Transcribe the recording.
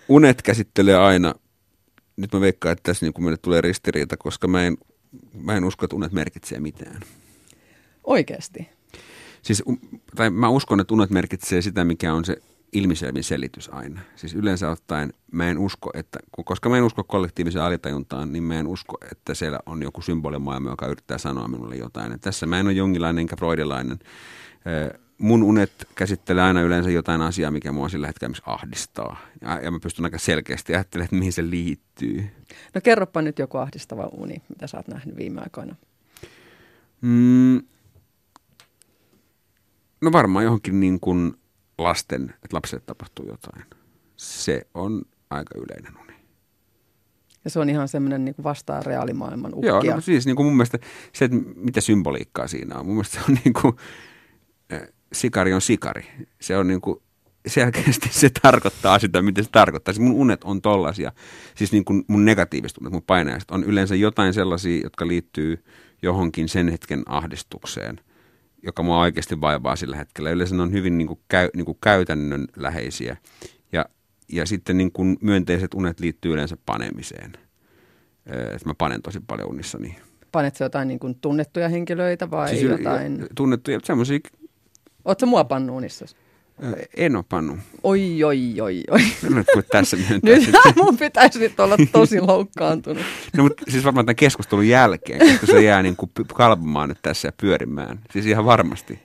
Unet käsittelee aina, nyt mä veikkaan, että tässä niin kuin meille tulee ristiriita, koska mä en usko, että unet merkitsee mitään. Oikeasti? Siis, tai mä uskon, että unet merkitsee sitä, mikä on se ilmiselvin selitys aina. Siis yleensä ottaen mä en usko, että, koska mä en usko kollektiiviseen alitajuntaan, niin mä en usko, että siellä on joku symbolimaailma, joka yrittää sanoa minulle jotain. Et tässä mä en ole jonkinlainen enkä freudilainen. Mun unet käsittelee aina yleensä jotain asiaa, mikä mua sillä hetkellä ahdistaa. Ja mä pystyn aika selkeästi ajattelemaan, että mihin se liittyy. No kerropa nyt joku ahdistava uni, mitä sä oot nähnyt viime aikoina. No varmaan johonkin niin kuin että lapselle tapahtuu jotain. Se on aika yleinen uni. Ja se on ihan semmoinen niin kuin vastaa reaalimaailman uhkia. Joo, no siis niin kuin mun mielestä se, että mitä symboliikkaa siinä on. Mun mielestä se on niin kuin, sikari on sikari. Se on niin kuin, selkeästi se tarkoittaa sitä, mitä se tarkoittaa. Siis mun unet on tollaisia, siis niin kuin mun negatiiviset unet, mun painajaiset on yleensä jotain sellaisia, jotka liittyy johonkin sen hetken ahdistukseen, joka mua oikeasti vaivaa sillä hetkellä. Yleensä ne on hyvin niin kuin käytännönläheisiä. Ja sitten niin kuin myönteiset unet liittyy yleensä panemiseen. Että mä panen tosi paljon unissani. Panetko jotain niin kuin tunnettuja henkilöitä vai siis jotain? Tunnettuja, semmoisia. Ootko mua pannut unissasi? En ole pannut. Oi. Nyt tässä myöntää. Nyt mun pitäisi nyt olla tosi loukkaantunut. No mutta siis varmaan tämän keskustelun jälkeen, koska se jää niin kuin kalpumaan nyt tässä ja pyörimään. Siis ihan varmasti.